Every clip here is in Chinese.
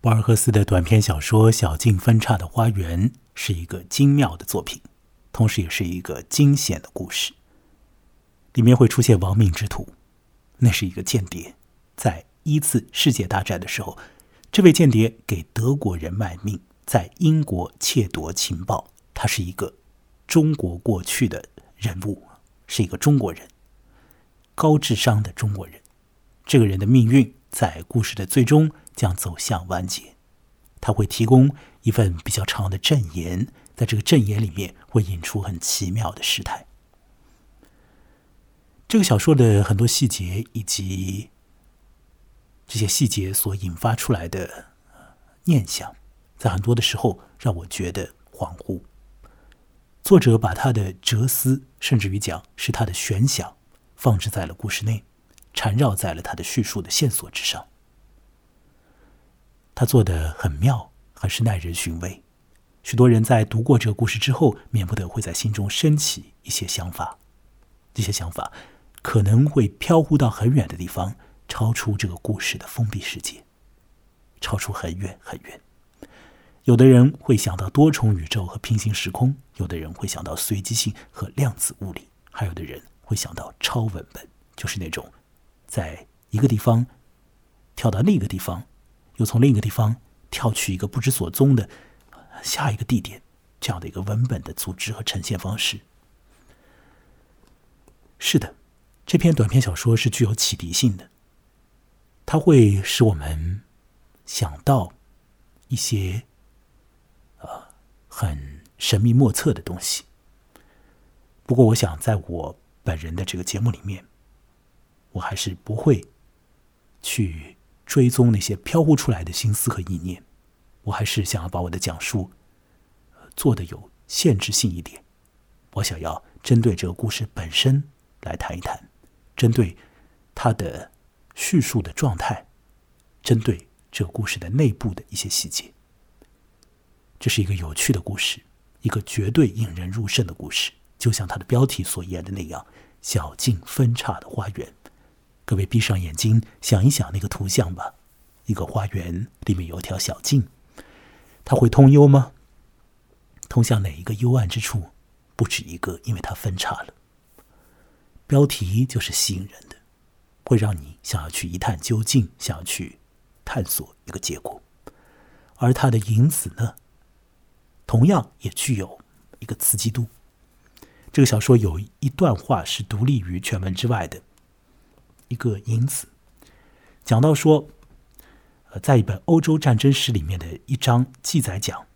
博尔赫斯的短篇小说《小径分岔的花园》是一个精妙的作品，同时也是一个惊险的故事。里面会出现亡命之徒，那是一个间谍，在一次世界大战的时候，这位间谍给德国人卖命，在英国窃夺情报。他是一个中国过去的人物，是一个中国人，高智商的中国人。这个人的命运在故事的最终将走向完结。他会提供一份比较长的证言，在这个证言里面会引出很奇妙的事态。这个小说的很多细节以及这些细节所引发出来的念想，在很多的时候让我觉得恍惚。作者把他的哲思，甚至于讲是他的玄想，放置在了故事内，缠绕在了他的叙述的线索之上。他做得很妙，很是耐人寻味。许多人在读过这个故事之后，免不得会在心中升起一些想法，这些想法可能会飘忽到很远的地方，超出这个故事的封闭世界，超出很远很远。有的人会想到多重宇宙和平行时空，有的人会想到随机性和量子物理，还有的人会想到超文本，就是那种在一个地方跳到另一个地方，又从另一个地方跳去一个不知所踪的下一个地点，这样的一个文本的组织和呈现方式。是的，这篇短篇小说是具有启迪性的，它会使我们想到一些很神秘莫测的东西。不过我想在我本人的这个节目里面，我还是不会去追踪那些飘忽出来的心思和意念，我还是想要把我的讲述做得有限制性一点。我想要针对这个故事本身来谈一谈，针对它的叙述的状态，针对这个故事的内部的一些细节。这是一个有趣的故事，一个绝对引人入胜的故事，就像它的标题所言的那样，小径分岔的花园。各位闭上眼睛想一想那个图像吧，一个花园里面有条小径，它会通幽吗？通向哪一个幽暗之处？不止一个，因为它分岔了。标题就是吸引人的，会让你想要去一探究竟，想要去探索一个结果。而它的引子呢，同样也具有一个刺激度。这个小说有一段话是独立于全文之外的一个引子，讲到说，在一本欧洲战争史里面的一章记载讲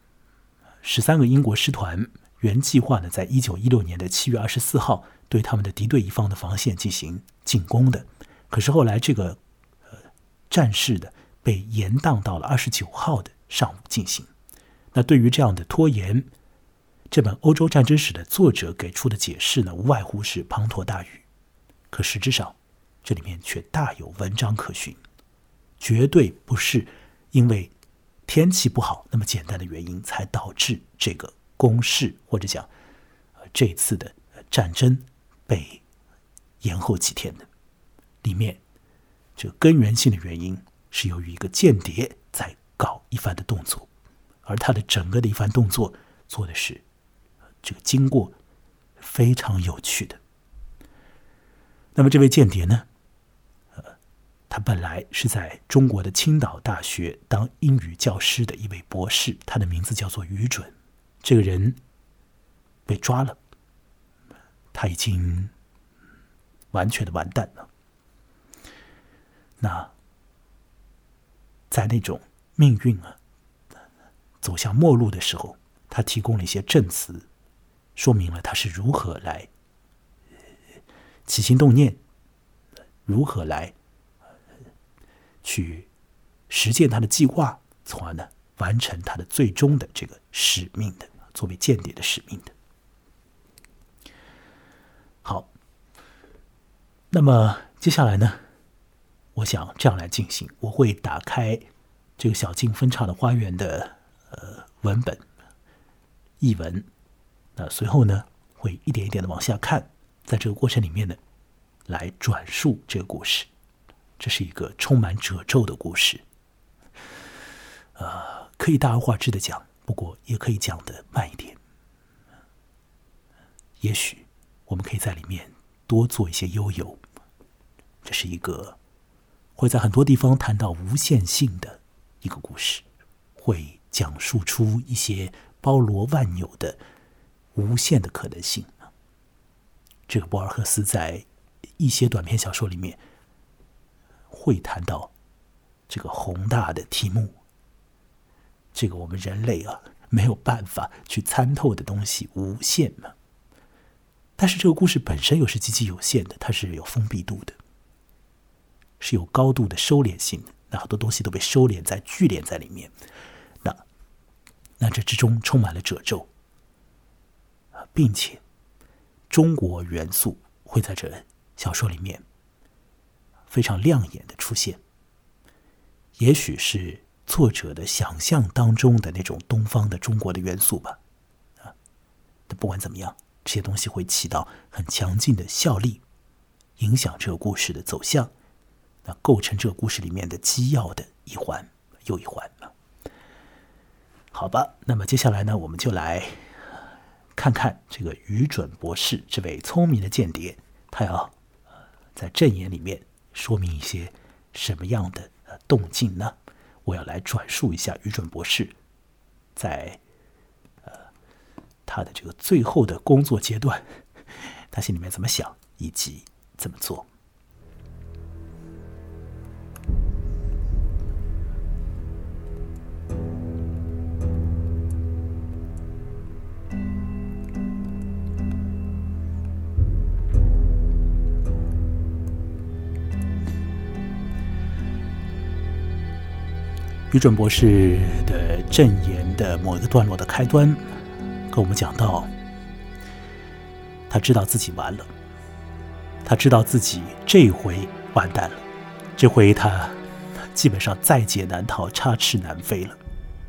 ，13个英国师团原计划呢，在1916年的7月24号对他们的敌对一方的防线进行进攻的，可是后来这个战事的被延宕到了29号的上午进行。那对于这样的拖延，这本欧洲战争史的作者给出的解释呢，无外乎是滂沱大雨。可实质上，这里面却大有文章可循，绝对不是因为天气不好那么简单的原因才导致这个攻势或者讲这次的战争被延后几天的。里面这个根源性的原因是由于一个间谍在搞一番的动作，而他的整个的一番动作做的是这个经过非常有趣的。那么这位间谍呢，他本来是在中国的青岛大学当英语教师的一位博士，他的名字叫做于准。这个人被抓了，他已经完全的完蛋了。那在那种命运走向末路的时候，他提供了一些证词，说明了他是如何来起心动念，如何来去实践他的计划，从而呢完成他的最终的这个使命的，作为间谍的使命的。好，那么接下来呢，我想这样来进行，我会打开这个小径分岔的花园的文本译文，那随后呢会一点一点的往下看，在这个过程里面呢来转述这个故事。这是一个充满褶皱的故事， 可以大而化之的讲，不过也可以讲的慢一点。也许我们可以在里面多做一些悠游，这是一个会在很多地方谈到无限性的一个故事，会讲述出一些包罗万有的无限的可能性。这个博尔赫斯在一些短篇小说里面会谈到这个宏大的题目，这个我们人类没有办法去参透的东西，无限嘛。但是这个故事本身又是极其有限的，它是有封闭度的，是有高度的收敛性的，那很多东西都被收敛在聚敛在里面，那这之中充满了褶皱，并且中国元素会在这小说里面非常亮眼的出现，也许是作者的想象当中的那种东方的中国的元素吧。但不管怎么样，这些东西会起到很强劲的效力，影响这个故事的走向，那构成这个故事里面的基要的一环又一环。好吧，那么接下来呢，我们就来看看这个于准博士这位聪明的间谍，他要在证言里面说明一些什么样的动静呢？我要来转述一下于准博士在他的这个最后的工作阶段，他心里面怎么想以及怎么做。于准博士的证言的某一个段落的开端跟我们讲到，他知道自己完了，他知道自己这回完蛋了，这回他基本上在劫难逃，插翅难飞了。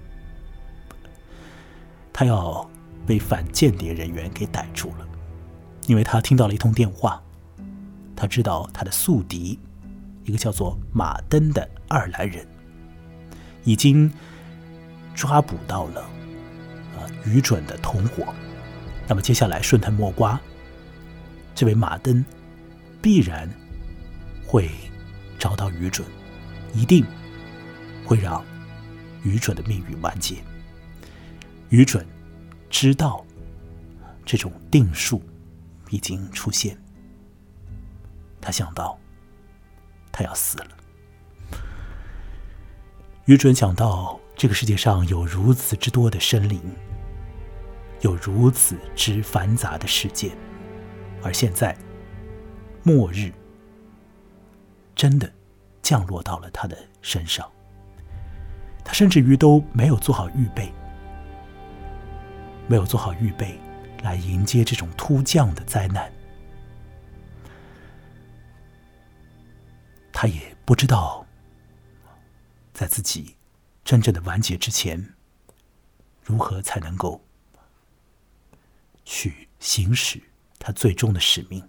他要被反间谍人员给逮住了，因为他听到了一通电话，他知道他的宿敌，一个叫做马登的爱尔兰人，已经抓捕到了于准的同伙。那么接下来顺藤摸瓜，这位马登必然会找到于准，一定会让于准的命运完结。于准知道这种定数已经出现，他想到他要死了。于准想到这个世界上有如此之多的生灵，有如此之繁杂的世界，而现在末日真的降落到了他的身上，他甚至于都没有做好预备，来迎接这种突降的灾难。他也不知道在自己真正的完结之前，如何才能够去行使他最终的使命，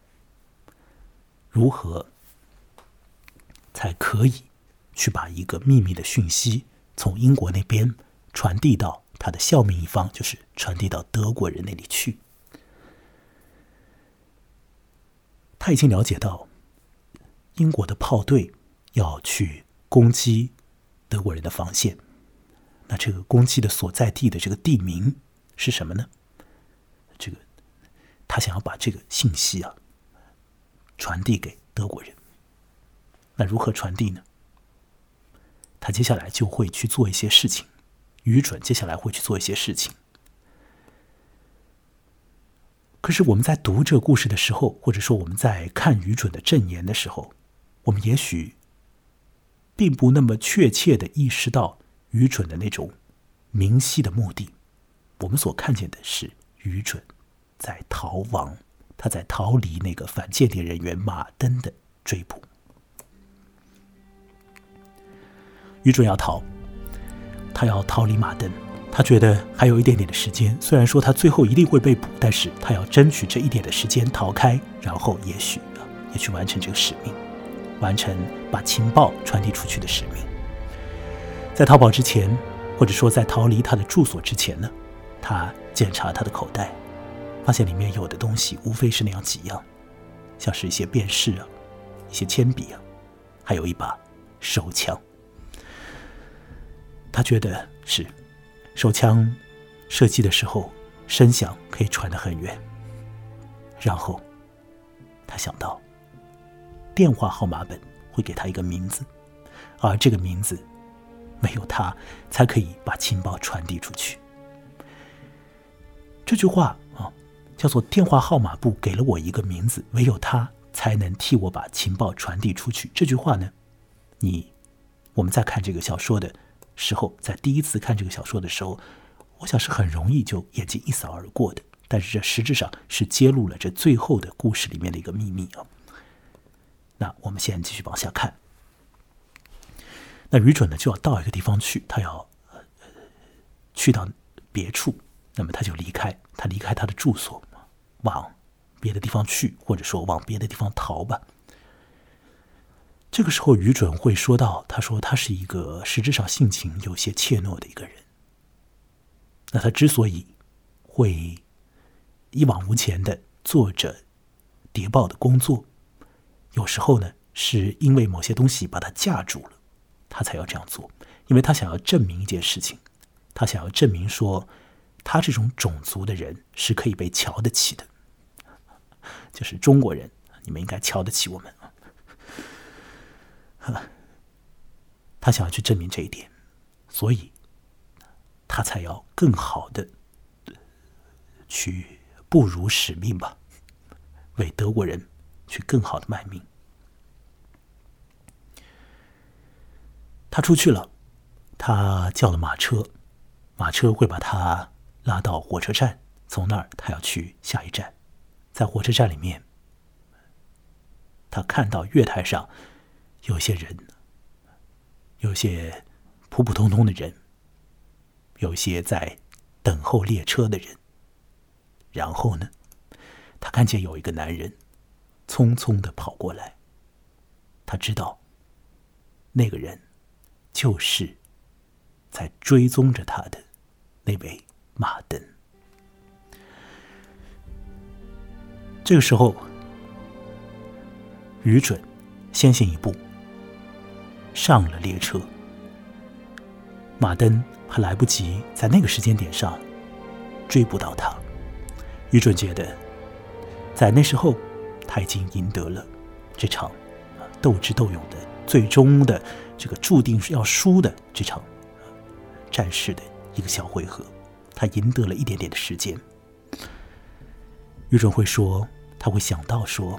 如何才可以去把一个秘密的讯息从英国那边传递到他的效命一方，就是传递到德国人那里去。他已经了解到英国的炮队要去攻击德国人的防线，那这个攻击的所在地的这个地名是什么呢？他想要把这个信息传递给德国人。那如何传递呢？他接下来就会去做一些事情，于准接下来会去做一些事情。可是我们在读这个故事的时候，或者说我们在看于准的证言的时候，我们也许并不那么确切地意识到于准的那种明晰的目的。我们所看见的是于准在逃亡，他在逃离那个反间谍人员马登的追捕。于准要逃，他要逃离马登，他觉得还有一点点的时间，虽然说他最后一定会被捕，但是他要争取这一点的时间逃开，然后也许也去完成这个使命，完成把情报传递出去的使命。在逃跑之前， 或者说在逃离他的住所之前呢，他检查他的口袋，发现里面有的东西无非是那样几样，像是一些便士啊，一些铅笔啊，还有一把手枪。他觉得是手枪射击的时候声响可以传得很远，然后他想到电话号码本会给他一个名字，而这个名字没有他才可以把情报传递出去。这句话叫做电话号码部给了我一个名字，唯有他才能替我把情报传递出去。这句话呢，我们在看这个小说的时候，在第一次看这个小说的时候，我想是很容易就眼睛一扫而过的，但是这实质上是揭露了这最后的故事里面的一个秘密啊。那我们现在继续往下看。那于准呢就要到一个地方去，他要去到别处，那么他就离开他的住所，往别的地方去，或者说往别的地方逃吧。这个时候于准会说到，他说他是一个实质上性情有些怯懦的一个人。那他之所以会一往无前的做着谍报的工作，有时候呢是因为某些东西把他架住了，他才要这样做。因为他想要证明一件事情，他想要证明说他这种种族的人是可以被瞧得起的，就是中国人，你们应该瞧得起我们。他想要去证明这一点，所以他才要更好的去不辱使命吧，为德国人去更好的卖命。他出去了，他叫了马车，马车会把他拉到火车站，从那儿他要去下一站。在火车站里面，他看到月台上有些人，有些普普通通的人，有些在等候列车的人。然后呢，他看见有一个男人匆匆地跑过来，他知道那个人就是在追踪着他的那位马登。这个时候于准先行一步上了列车，马登还来不及在那个时间点上追捕到他。于准觉得在那时候他已经赢得了这场斗智斗勇的最终的这个注定要输的这场战事的一个小回合，他赢得了一点点的时间。于准会说，他会想到说，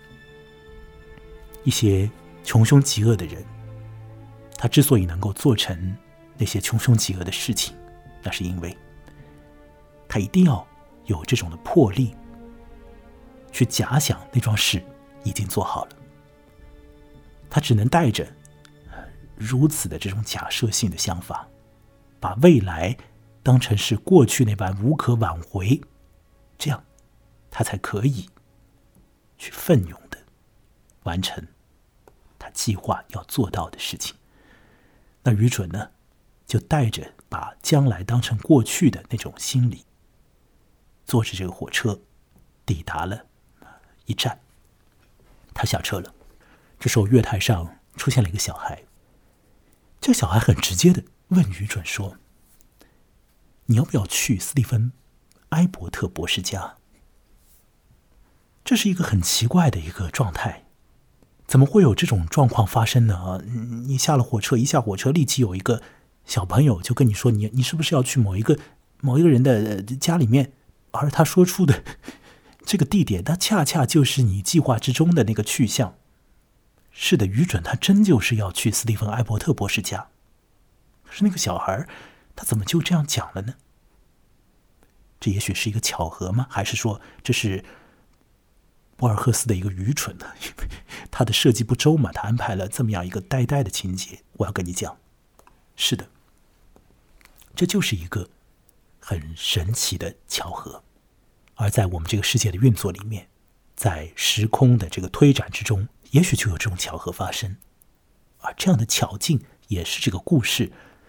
一些穷凶极恶的人，他之所以能够做成那些穷凶极恶的事情，那是因为他一定要有这种的魄力，去假想那桩事已经做好了。他只能带着如此的这种假设性的想法，把未来当成是过去那般无可挽回，这样他才可以去奋勇的完成他计划要做到的事情。那于准呢，就带着把将来当成过去的那种心理，坐着这个火车抵达了一站。他下车了，这时候月台上出现了一个小孩，这个小孩很直接的问于准说，你要不要去斯蒂芬·埃伯特博士家？这是一个很奇怪的一个状态，怎么会有这种状况发生呢？你下了火车，一下火车立即有一个小朋友就跟你说，你是不是要去某一个人的家里面，而他说出的这个地点，他恰恰就是你计划之中的那个去向。是的，于准他真就是要去斯蒂芬·埃伯特博士家。可是那个小孩他怎么就这样讲了呢？这也许是一个巧合吗？还是说这是博尔赫斯的一个愚蠢呢？因为他的设计不周嘛，他安排了这么样一个呆呆的情节。我要跟你讲，是的，这就是一个很神奇的巧合。而在我们这个世界的运作里面，在时空的这个推展之中，也许就有这种巧合发生。而这样的巧劲也是这个故事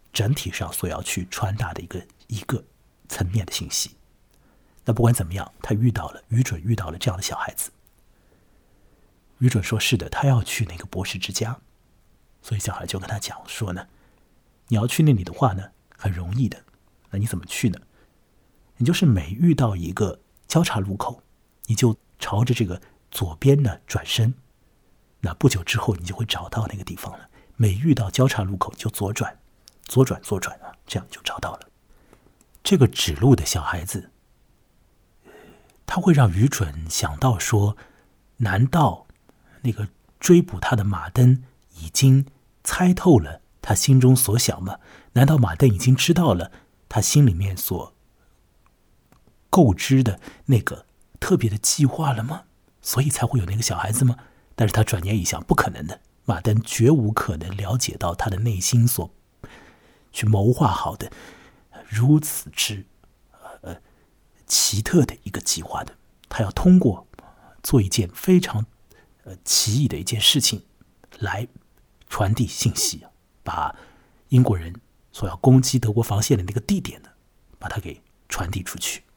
整体上所要去传达的一个层面的信息。那不管怎么样，于准遇到了这样的小孩子。于准说是的，他要去那个博士之家，所以小孩就跟他讲说呢，你要去那里的话呢，很容易的。那你怎么去呢？你就是每遇到一个交叉路口，你就朝着这个左边呢转身，那不久之后你就会找到那个地方了。每遇到交叉路口就左转啊，这样就找到了。这个指路的小孩子，他会让于准想到说，难道那个追捕他的马登已经猜透了他心中所想吗？难道马登已经知道了他心里面所构织的那个特别的计划了吗？所以才会有那个小孩子吗？但是他转念一想，不可能的，马登绝无可能了解到他的内心所去谋划好的如此之奇特的一个计划的。他要通过做一件非常奇异的一件事情来传递信息，把英国人所要攻击德国防线的那个地点呢，把它给传递出去。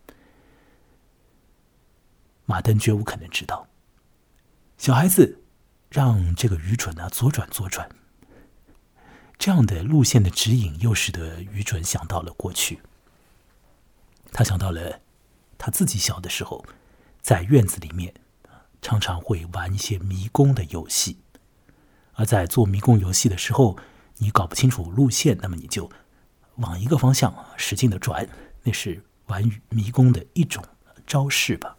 马登绝无可能知道。小孩子让这个于准呢左转，这样的路线的指引又使得于准想到了过去。他想到了他自己小的时候，在院子里面常常会玩一些迷宫的游戏，而在做迷宫游戏的时候，你搞不清楚路线，那么你就往一个方向使劲的转，那是玩迷宫的一种招式吧。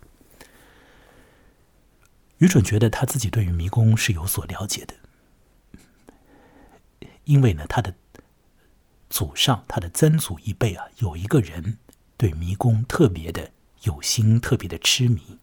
于准觉得他自己对于迷宫是有所了解的，因为呢，他的祖上，他的曾祖一辈啊，有一个人对迷宫特别的有心，特别的痴迷。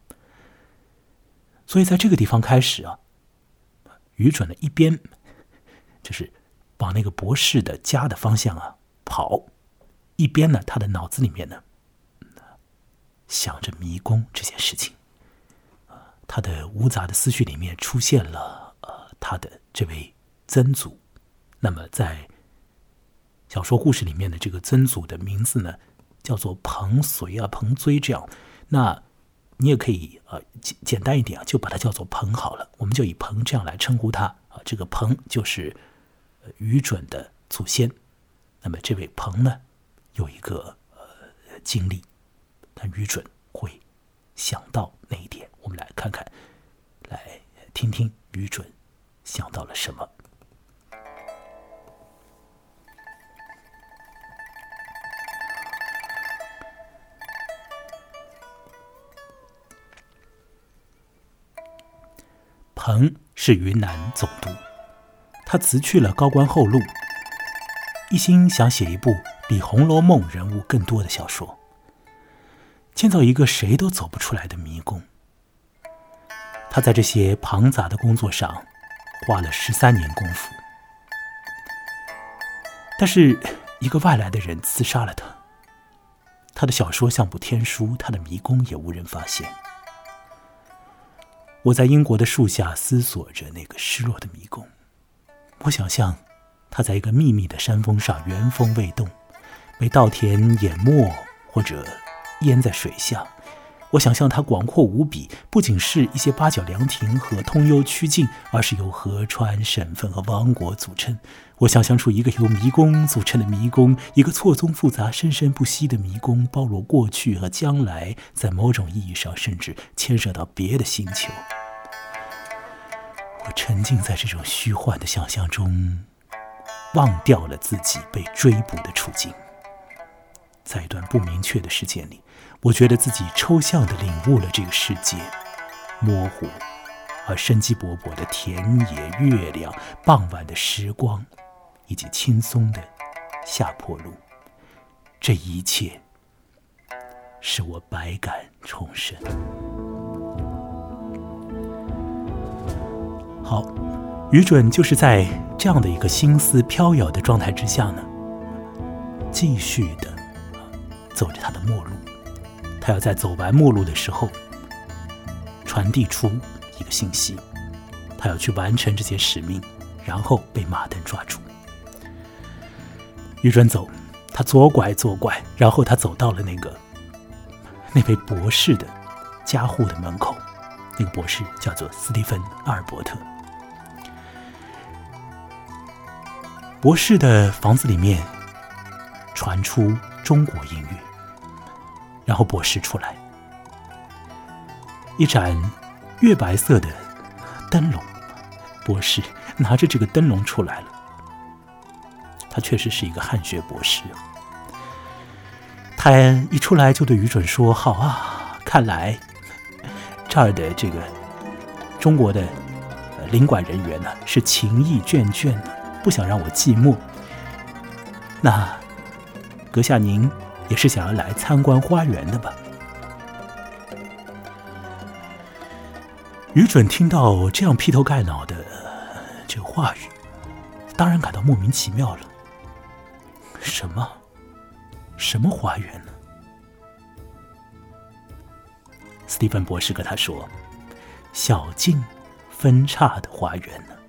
所以在这个地方开始啊，于准呢一边就是往那个博士的家的方向啊跑，一边呢他的脑子里面呢想着迷宫这件事情。他的无杂的思绪里面出现了他的这位曾祖。那么在小说故事里面的这个曾祖的名字呢叫做彭随啊、彭追这样。那你也可以简单一点啊，就把它叫做彭好了，我们就以彭这样来称呼他啊。这个彭就是于准的祖先。那么这位彭呢有一个经历，但于准会想到那一点。我们来看看，来听听于准想到了什么。彭是云南总督，他辞去了高官厚禄，一心想写一部比《红楼梦》人物更多的小说，建造一个谁都走不出来的迷宫。他在这些庞杂的工作上花了13年功夫，但是一个外来的人刺杀了他，他的小说像部天书，他的迷宫也无人发现。我在英国的树下思索着那个失落的迷宫，我想象他在一个秘密的山峰上原封未动，被稻田淹没或者淹在水下。我想象它广阔无比，不仅是一些八角凉亭和通幽曲径，而是由河川、省份和王国组成。我想象出一个由迷宫组成的迷宫，一个错综复杂、生生不息的迷宫，包罗过去和将来，在某种意义上甚至牵涉到别的星球。我沉浸在这种虚幻的想象中，忘掉了自己被追捕的处境。在一段不明确的时间里，我觉得自己抽象地领悟了这个世界，模糊而生机勃勃的田野、月亮、傍晚的时光，以及轻松的下坡路。这一切使我百感重生。好，于准就是在这样的一个心思飘摇的状态之下呢，继续的走着他的末路。他要在走完末路的时候传递出一个信息，他要去完成这件使命，然后被马登抓住。 于准走，他左拐左拐，然后他走到了那位博士的家户的门口。那个博士叫做斯蒂芬·阿尔伯特。博士的房子里面传出中国音乐，然后博士出来，一盏月白色的灯笼，博士拿着这个灯笼出来了。他确实是一个汉学博士，他一出来就对于准说：“好啊，看来这儿的这个中国的领馆人员呢，是情意眷眷的，不想让我寂寞。那阁下您也是想要来参观花园的吧？”于准听到这样劈头盖脑的这个话语，当然感到莫名其妙了。什么花园呢？斯蒂芬博士跟他说：“小径分岔的花园呢。”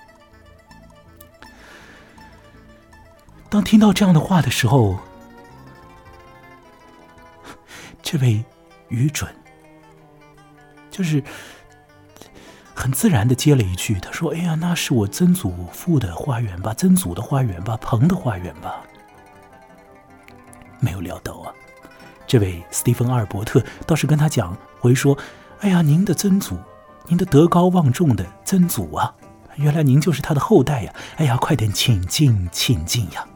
当听到这样的话的时候，这位于准就是很自然的接了一句，他说：“哎呀，那是我曾祖父的花园吧，曾祖的花园吧，彭的花园吧。”没有料到啊，这位斯蒂芬·阿尔伯特倒是跟他讲回说：“哎呀，您的曾祖，您的德高望重的曾祖啊，原来您就是他的后代呀！哎呀，快点请进，请进呀！”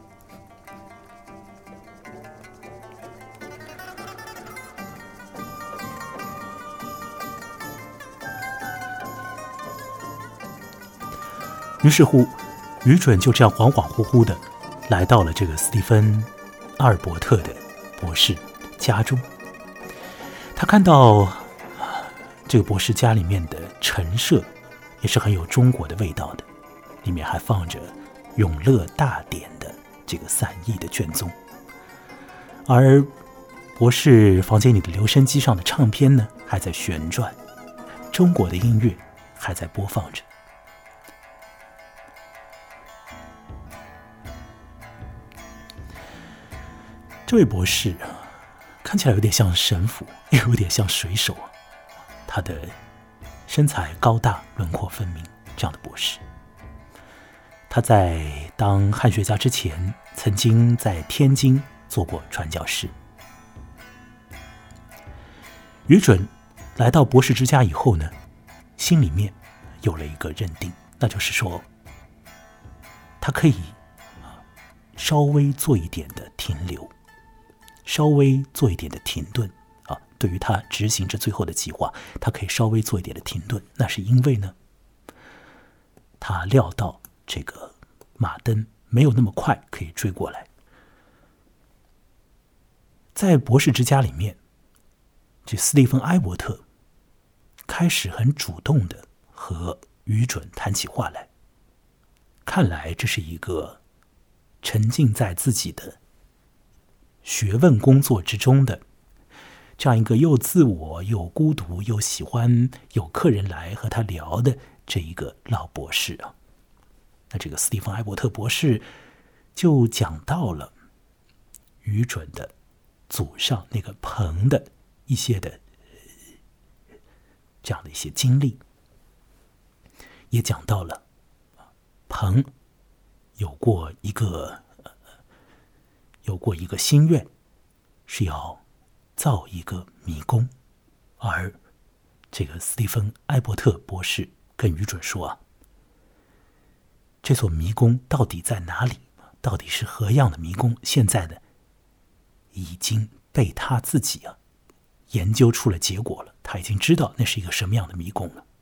于是乎，于准就这样恍恍惚惚的来到了这个斯蒂芬·阿尔伯特的博士家中。他看到这个博士家里面的陈设也是很有中国的味道的，里面还放着永乐大典的这个散佚的卷宗，而博士房间里的留声机上的唱片呢还在旋转，中国的音乐还在播放着。这位博士看起来有点像神父，也有点像水手，他的身材高大，轮廓分明，这样的博士。他在当汉学家之前，曾经在天津做过传教士。于准来到博士之家以后呢，心里面有了一个认定，那就是说，他可以稍微做一点的停留，稍微做一点的停顿啊。对于他执行着最后的计划，他可以稍微做一点的停顿，那是因为呢，他料到这个马登没有那么快可以追过来。在博士之家里面，这斯蒂芬·埃伯特开始很主动的和于准谈起话来，看来这是一个沉浸在自己的学问工作之中的这样一个又自我又孤独又喜欢有客人来和他聊的这一个老博士啊。那这个斯蒂芬·埃伯特博士就讲到了于准的祖上那个彭的一些的这样的一些经历，也讲到了彭有过一个心愿，是要造一个迷宫，而这个斯蒂芬·埃伯特博士跟于准说啊，这座迷宫到底在哪里？到底是何样的迷宫？现在呢，已经被他自己研究出了结果了。他已经知道那是一个什么样的迷宫了。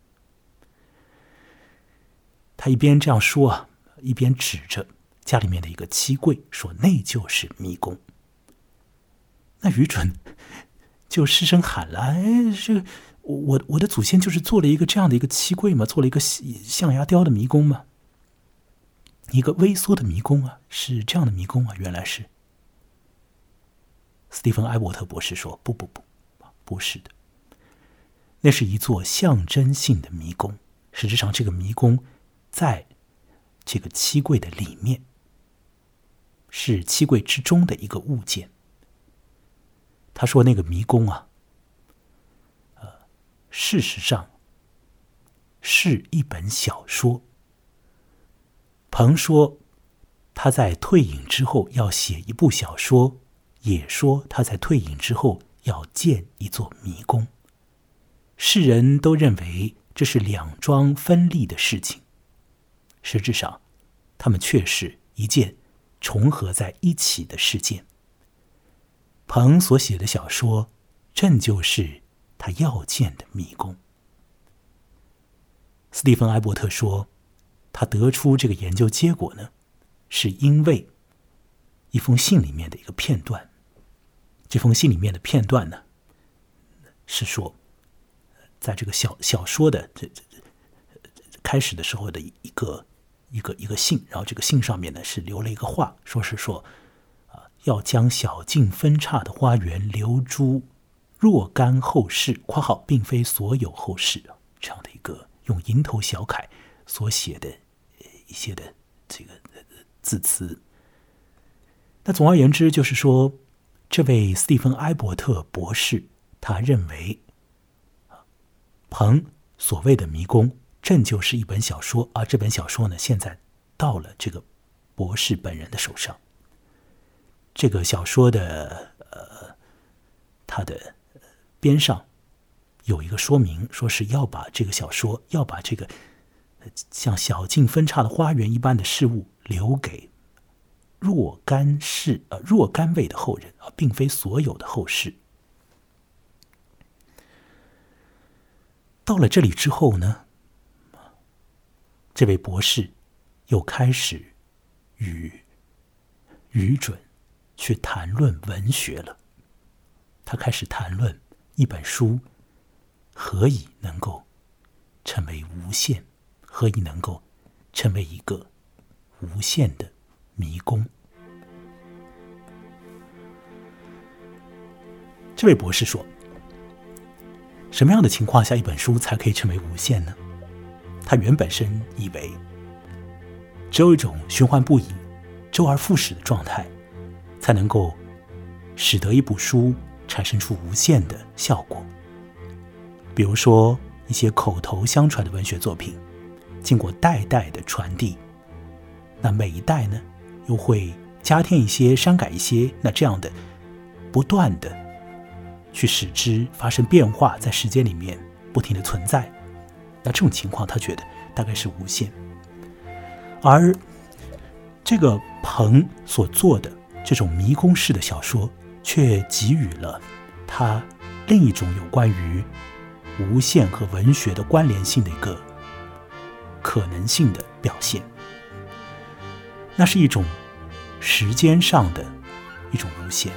他一边这样说一边指着家里面的一个漆柜，说那就是迷宫。那于准就失声喊了：“哎，我的祖先就是做了一个这样的一个漆柜嘛，做了一个象牙雕的迷宫嘛，一个微缩的迷宫啊，是这样的迷宫啊，原来是。”斯蒂芬·埃伯特博士说：“不是的，那是一座象征性的迷宫。实质上，这个迷宫在这个漆柜的里面， 是七柜之中的一个物件。他说那个迷宫啊，事实上是一本小说。彭说他在退隐之后要写一部小说，也说他在退隐之后要建一座迷宫。世人都认为这是两桩分立的事情，实质上他们却是一件重合在一起的事件。彭所写的小说正就是他要建的迷宫。斯蒂芬·埃伯特说，他得出这个研究结果呢，是因为一封信里面的一个片段。这封信里面的片段呢，是说在这个小说的开始的时候的一个信，然后这个信上面呢是留了一个话，说要将小径分岔的花园留诸若干后世（括号并非所有后世）这样的一个用蝇头小楷所写的一些的这个字词。那总而言之，就是说，这位斯蒂芬·埃伯特博士，他认为彭所谓的迷宫正就是一本小说，而这本小说呢，现在到了这个博士本人的手上。这个小说的它的边上有一个说明，说是要把这个小说，要把这个像小径分岔的花园一般的事物留给若干位的后人，并非所有的后世。到了这里之后呢，这位博士又开始与愚准去谈论文学了。他开始谈论一本书何以能够成为无限，何以能够成为一个无限的迷宫。这位博士说，什么样的情况下一本书才可以成为无限呢？他原本身以为只有一种循环不已、周而复始的状态，才能够使得一部书产生出无限的效果。比如说一些口头相传的文学作品，经过代代的传递，那每一代呢又会加添一些、删改一些，那这样的不断的去使之发生变化，在时间里面不停的存在。那这种情况他觉得大概是无限。而这个彭所做的这种迷宫式的小说，却给予了他另一种有关于无限和文学的关联性的一个可能性的表现。那是一种时间上的一种无限。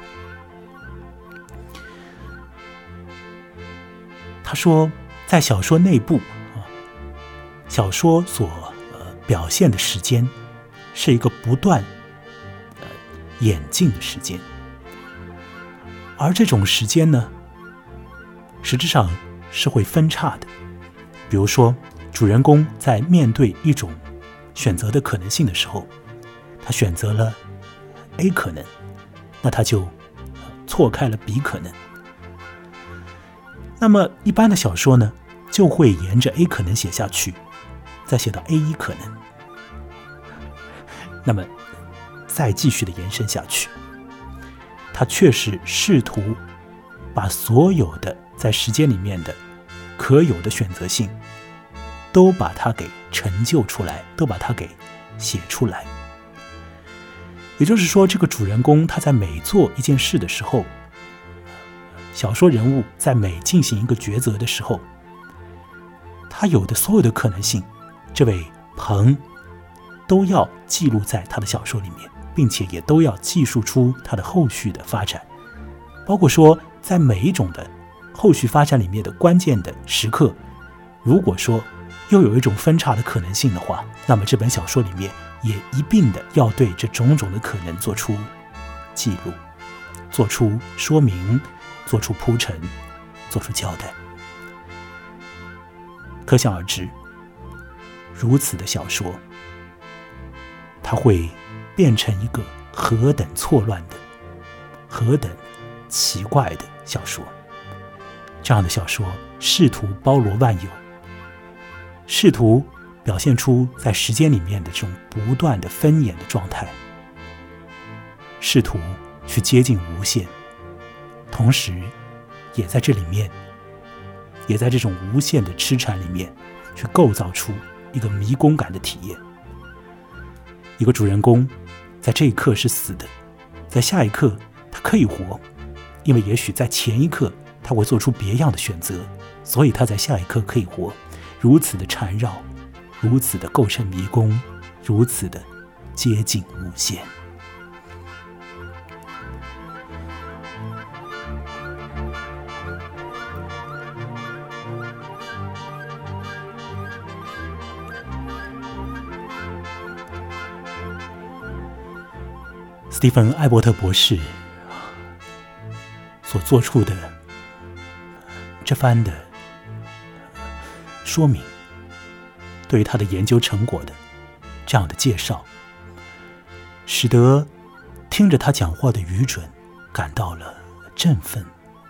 他说，在小说内部，小说所表现的时间是一个不断演进的时间，而这种时间呢，实质上是会分叉的。比如说，主人公在面对一种选择的可能性的时候，他选择了 A 可能，那他就错开了 B 可能。那么一般的小说呢，就会沿着 A 可能写下去，再写到 A1 可能，那么再继续的延伸下去。他确实试图把所有的在时间里面的可有的选择性都把它给成就出来，都把它给写出来。也就是说，这个主人公他在每做一件事的时候，小说人物在每进行一个抉择的时候，他有的所有的可能性，这位彭都要记录在他的小说里面，并且也都要记述出他的后续的发展，包括说在每一种的后续发展里面的关键的时刻，如果说又有一种分叉的可能性的话，那么这本小说里面也一并的要对这种种的可能做出记录，做出说明，做出铺陈，做出交代。可想而知，如此的小说，它会变成一个何等错乱的、何等奇怪的小说。这样的小说试图包罗万有，试图表现出在时间里面的这种不断的分衍的状态，试图去接近无限，同时也在这里面，也在这种无限的痴缠里面去构造出一个迷宫感的体验。一个主人公在这一刻是死的，在下一刻他可以活，因为也许在前一刻他会做出别样的选择，所以他在下一刻可以活。如此的缠绕，如此的构成迷宫，如此的接近无限。斯蒂芬·艾伯特博士所做出的这番的说明，对于他的研究成果的这样的介绍，使得听着他讲话的愚准感到了振奋。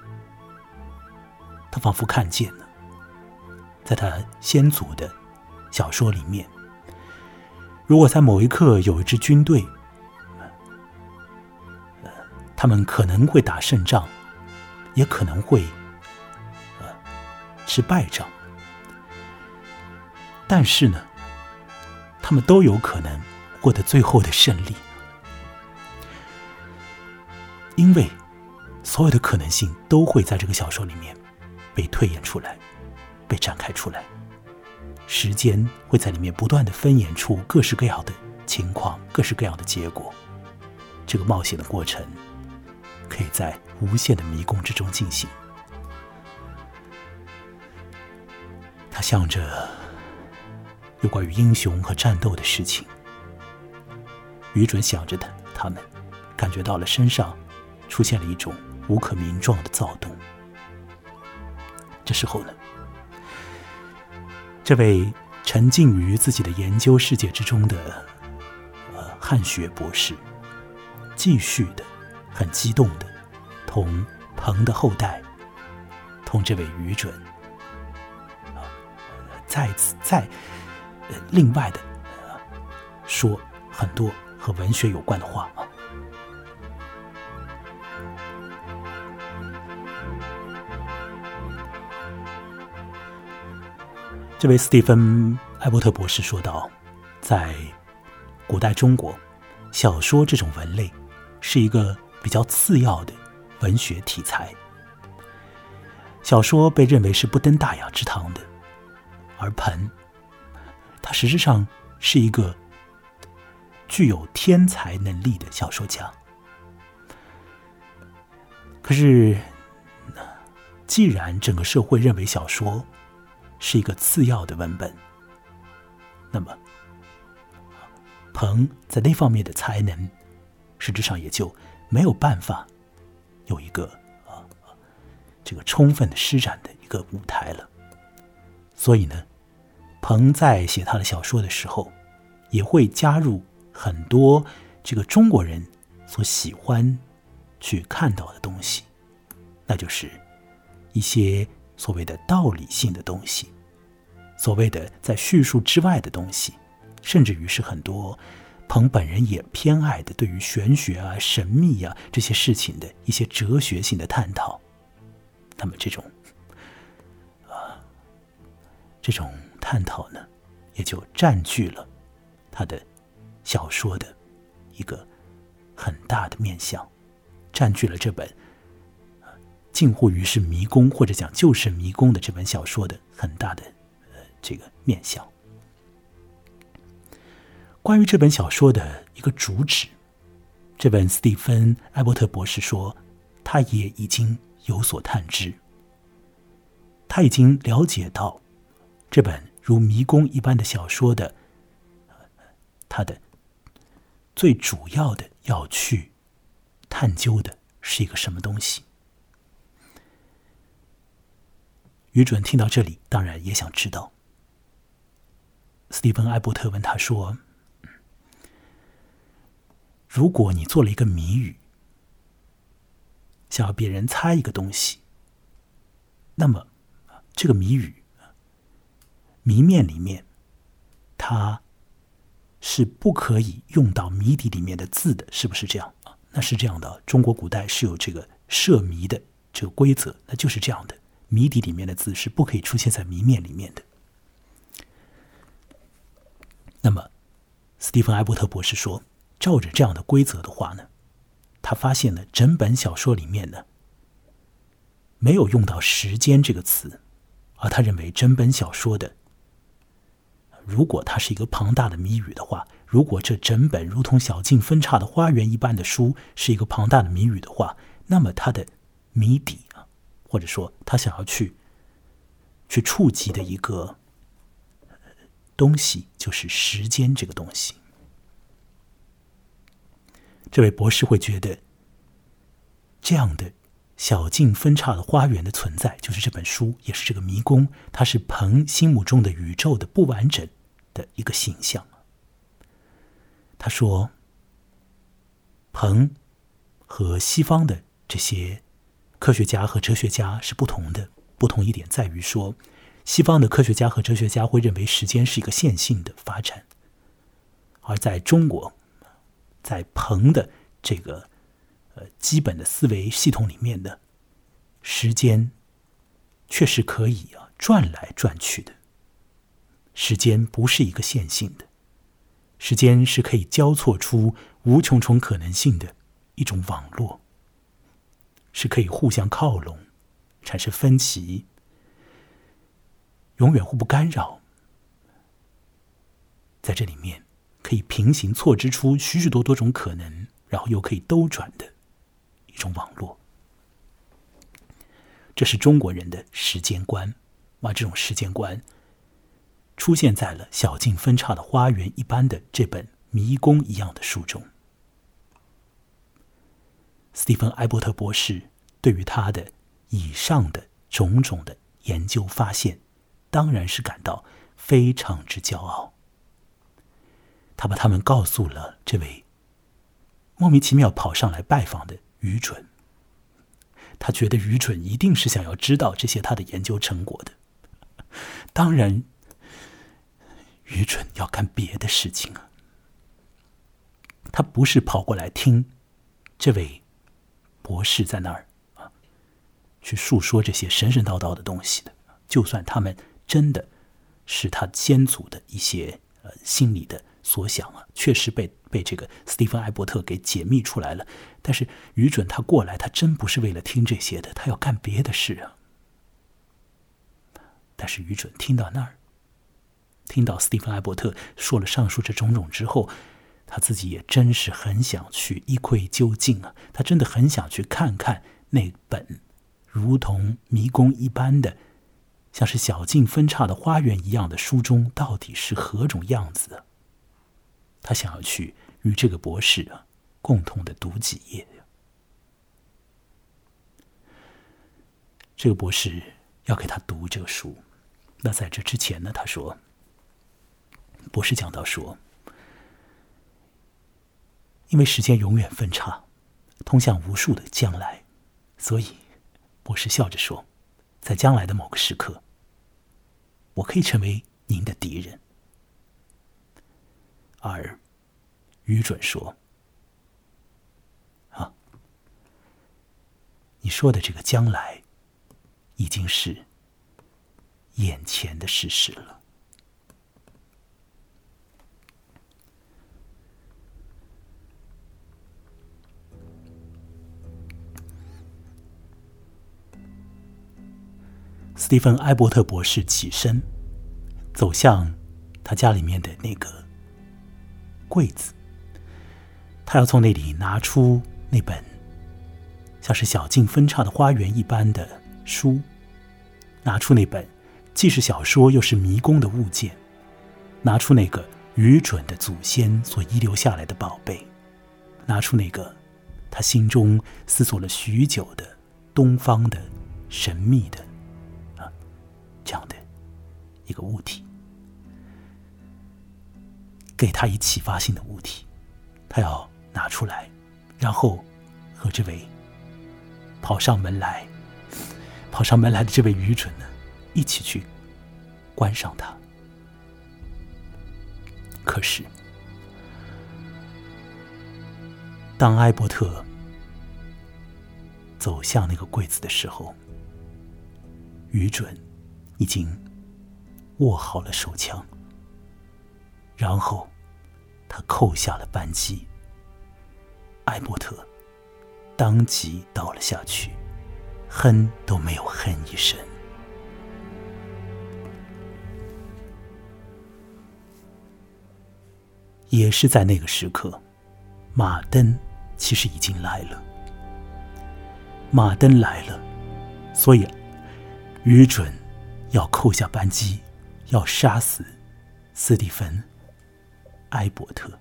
他仿佛看见了，在他先祖的小说里面，如果在某一刻有一支军队，他们可能会打胜仗，也可能会吃败仗，但是呢，他们都有可能获得最后的胜利，因为所有的可能性都会在这个小说里面被推演出来，被展开出来。时间会在里面不断的分演出各式各样的情况，各式各样的结果。这个冒险的过程可以在无限的迷宫之中进行。它向着有关于英雄和战斗的事情，愚准想着他们感觉到了身上出现了一种无可名状的躁动。这时候呢，这位沉浸于自己的研究世界之中的汉学博士，继续的很激动的同彭的后代，同这位愚准再另外的说很多和文学有关的话啊。这位斯蒂芬·艾伯特博士说道，在古代中国，小说这种文类是一个比较次要的文学题材。小说被认为是不登大雅之堂的，而彭他实质上是一个具有天才能力的小说家。可是既然整个社会认为小说是一个次要的文本，那么彭在那方面的才能实质上也就没有办法有一个这个充分的施展的一个舞台了。所以呢，彭在写他的小说的时候，也会加入很多这个中国人所喜欢去看到的东西，那就是一些所谓的道理性的东西，所谓的在叙述之外的东西，甚至于是很多彭本人也偏爱的对于玄学啊、神秘啊这些事情的一些哲学性的探讨。那么这种探讨呢，也就占据了他的小说的一个很大的面向，占据了这本近乎于是迷宫，或者讲就是迷宫的这本小说的很大的这个面向。关于这本小说的一个主旨，这本斯蒂芬·艾伯特博士说，他也已经有所探知，他已经了解到这本如迷宫一般的小说的它的最主要的要去探究的是一个什么东西。愚准听到这里当然也想知道。斯蒂芬·艾伯特问他说， 如果你做了一个谜语，想要别人猜一个东西，那么这个谜语谜面里面它是不可以用到谜底里面的字的，是不是这样？那是这样的，中国古代是有这个设谜的这个规则，那就是这样的，谜底里面的字是不可以出现在谜面里面的。那么斯蒂芬·艾伯特博士说，照着这样的规则的话呢，他发现了整本小说里面呢没有用到时间这个词，而他认为整本小说的，如果它是一个庞大的谜语的话，如果这整本如同小径分岔的花园一般的书是一个庞大的谜语的话，那么它的谜底或者说他想要去触及的一个东西，就是时间这个东西。这位博士会觉得，这样的小径分岔的花园的存在，就是这本书，也是这个迷宫，它是彭心目中的宇宙的不完整的一个形象。他说，彭和西方的这些科学家和哲学家是不同的，不同一点在于说，西方的科学家和哲学家会认为时间是一个线性的发展，而在中国，在彭的这个基本的思维系统里面的时间却是可以转来转去的，时间不是一个线性的，时间是可以交错出无穷种可能性的一种网络，是可以互相靠拢，产生分歧，永远互不干扰，在这里面可以平行错支出许许多多种可能，然后又可以兜转的一种网络。这是中国人的时间观，而这种时间观出现在了小径分岔的花园一般的这本迷宫一样的书中。斯蒂芬·艾伯特博士对于他的以上的种种的研究发现，当然是感到非常之骄傲。他把他们告诉了这位莫名其妙跑上来拜访的愚蠢，他觉得愚蠢一定是想要知道这些他的研究成果的。当然，愚蠢要干别的事情啊，他不是跑过来听这位博士在那儿去述说这些神神叨叨的东西的，就算他们真的是他先祖的一些心理的所想确实被这个斯蒂芬·艾伯特给解密出来了，但是愚蠢他过来，他真不是为了听这些的，他要干别的事啊。但是愚蠢听到那儿，听到斯蒂芬·艾伯特说了上述这种种之后，他自己也真是很想去一窥究竟啊！他真的很想去看看那本如同迷宫一般的，像是小径分岔的花园一样的书中到底是何种样子啊。他想要去与这个博士共同的读几页。这个博士要给他读这个书，那在这之前呢，他说，博士讲到说，因为时间永远分岔，通向无数的将来，所以博士笑着说，在将来的某个时刻，我可以成为您的敌人。而愚蠢说，你说的这个将来已经是眼前的事实了。斯蒂芬·艾伯特博士起身，走向他家里面的那个柜子，他要从那里拿出那本像是小径分岔的花园一般的书，拿出那本既是小说又是迷宫的物件，拿出那个愚蠢的祖先所遗留下来的宝贝，拿出那个他心中思索了许久的东方的神秘的这样的一个物体，给他以启发性的物体。他要拿出来，然后和这位跑上门来的这位愚蠢呢，一起去关上它。可是，当埃伯特走向那个柜子的时候，愚准已经握好了手枪，然后他扣下了扳机，埃伯特当即倒了下去，哼都没有哼一声。也是在那个时刻，马登其实已经来了。马登来了，所以愚准要扣下扳机，要杀死斯蒂芬·埃伯特。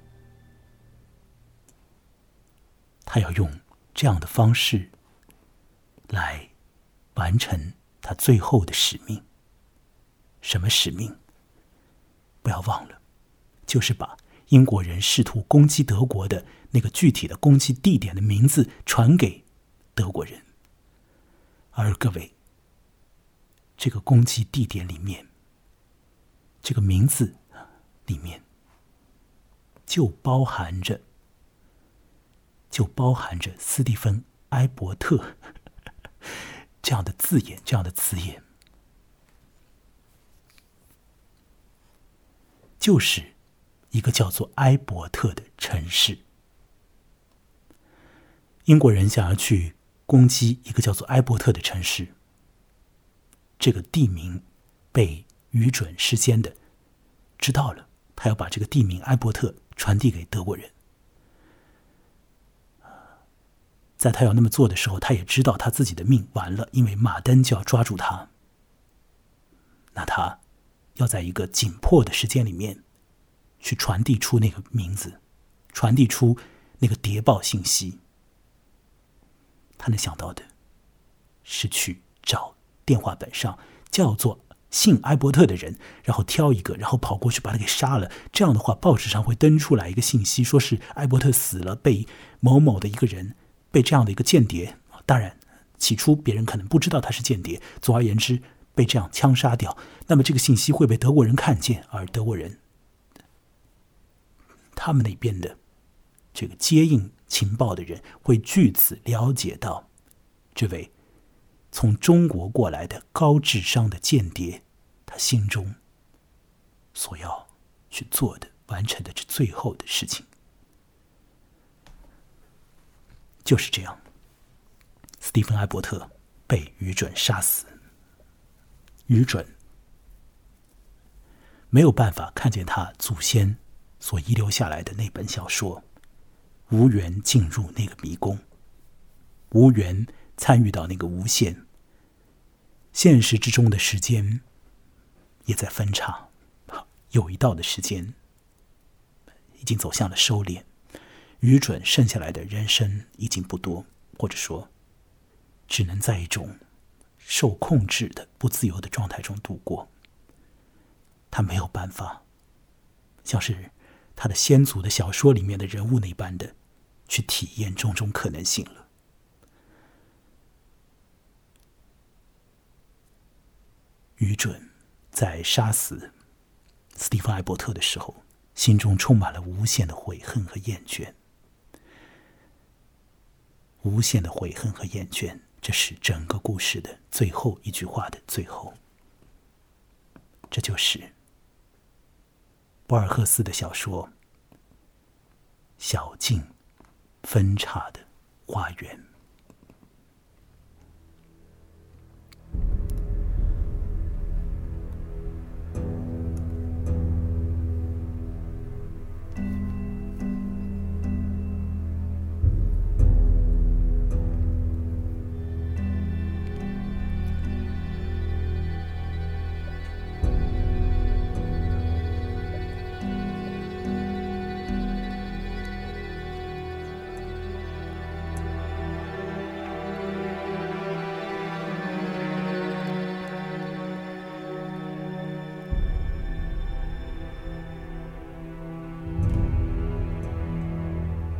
他要用这样的方式来完成他最后的使命。什么使命？不要忘了，就是把英国人试图攻击德国的那个具体的攻击地点的名字传给德国人。而各位，这个攻击地点里面，这个名字里面就包含着斯蒂芬·埃伯特这样的字眼，就是一个叫做埃伯特的城市。英国人想要去攻击一个叫做埃伯特的城市，这个地名被愚准事先的知道了，他要把这个地名埃伯特传递给德国人。在他要那么做的时候，他也知道他自己的命完了，因为马登就要抓住他。那他要在一个紧迫的时间里面去传递出那个名字，传递出那个谍报信息。他能想到的是去找电话本上叫做姓埃伯特的人，然后挑一个，然后跑过去把他给杀了。这样的话，报纸上会登出来一个信息，说是埃伯特死了，被某某的一个人，被这样的一个间谍，当然起初别人可能不知道他是间谍，总而言之被这样枪杀掉。那么这个信息会被德国人看见，而德国人他们那边的这个接应情报的人会据此了解到这位从中国过来的高智商的间谍，他心中所要去做的、完成的这最后的事情。就是这样，斯蒂芬·埃伯特被愚准杀死。愚准没有办法看见他祖先所遗留下来的那本小说，无缘进入那个迷宫，无缘参与到那个无限现实之中的时间也在分叉，有一道的时间已经走向了收敛。愚准剩下来的人生已经不多，或者说只能在一种受控制的不自由的状态中度过。他没有办法像是他的先祖的小说里面的人物那般的去体验种种可能性了。愚准在杀死斯蒂芬·埃伯特的时候，心中充满了无限的悔恨和厌倦。无限的悔恨和厌倦，这是整个故事的最后一句话的最后。这就是博尔赫斯的小说《小径分岔的花园》。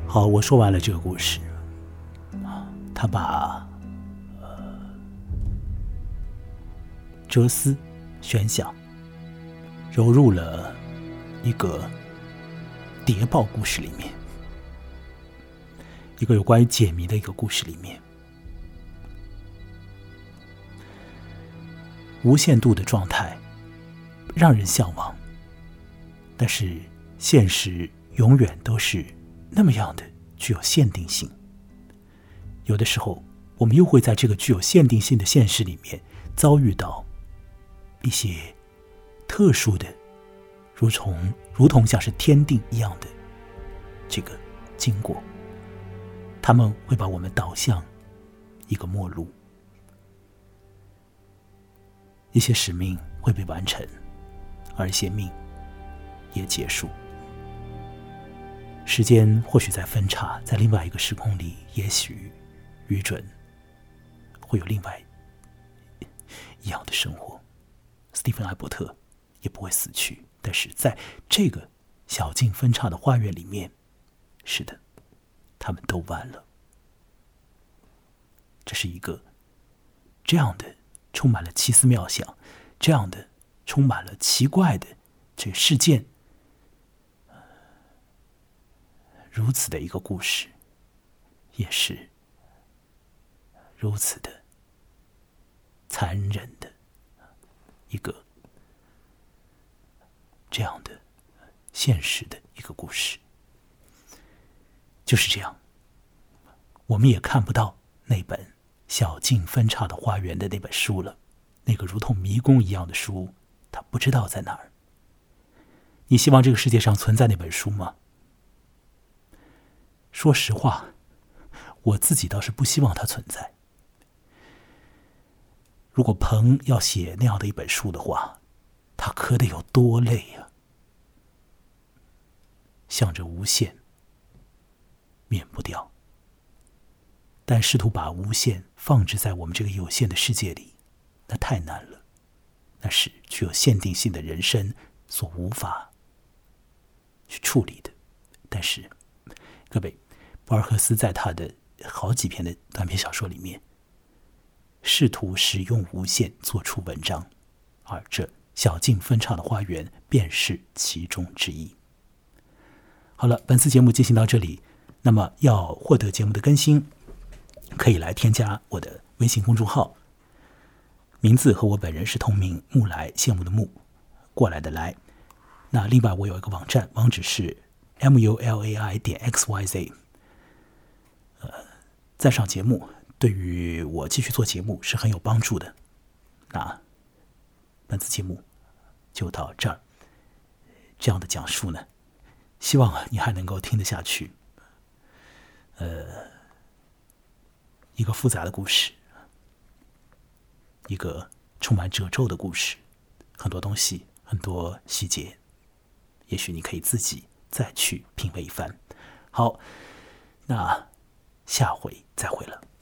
好，我说完了这个故事。他把哲思玄想揉入了一个谍报故事里面，一个有关于解谜的一个故事里面。无限度的状态让人向往，但是现实永远都是那么样的具有限定性。有的时候我们又会在这个具有限定性的现实里面遭遇到一些特殊的，如同像是天定一样的这个经过，他们会把我们导向一个末路，一些使命会被完成，而一些命也结束。时间或许在分叉，在另外一个时空里，也许愚准会有另外一样的生活。斯蒂芬·艾伯特也不会死去，但是在这个小径分叉的花园里面，是的，他们都完了。这是一个这样的充满了奇思妙想，这样的充满了奇怪的这个事件，如此的一个故事，也是如此的残忍的一个这样的现实的一个故事。就是这样，我们也看不到那本小径分叉的花园的那本书了，那个如同迷宫一样的书，它不知道在哪儿。你希望这个世界上存在那本书吗？说实话，我自己倒是不希望它存在。如果彭要写那样的一本书的话，他可得有多累啊！向着无限，免不掉。但试图把无限放置在我们这个有限的世界里，那太难了。那是具有限定性的人生所无法去处理的。但是，各位，博尔赫斯在他的好几篇的短篇小说里面，试图使用无限做出文章，而这小径分叉的花园便是其中之一。好了，本次节目进行到这里。那么要获得节目的更新，可以来添加我的微信公众号，名字和我本人是同名，木来羡慕的木，过来的来。那另外我有一个网站，网址是 mulai.xyz。再上节目对于我继续做节目是很有帮助的。那本次节目就到这儿，这样的讲述呢，希望你还能够听得下去。一个复杂的故事，一个充满褶皱的故事，很多东西，很多细节，也许你可以自己再去品味一番。好，那下回再会了。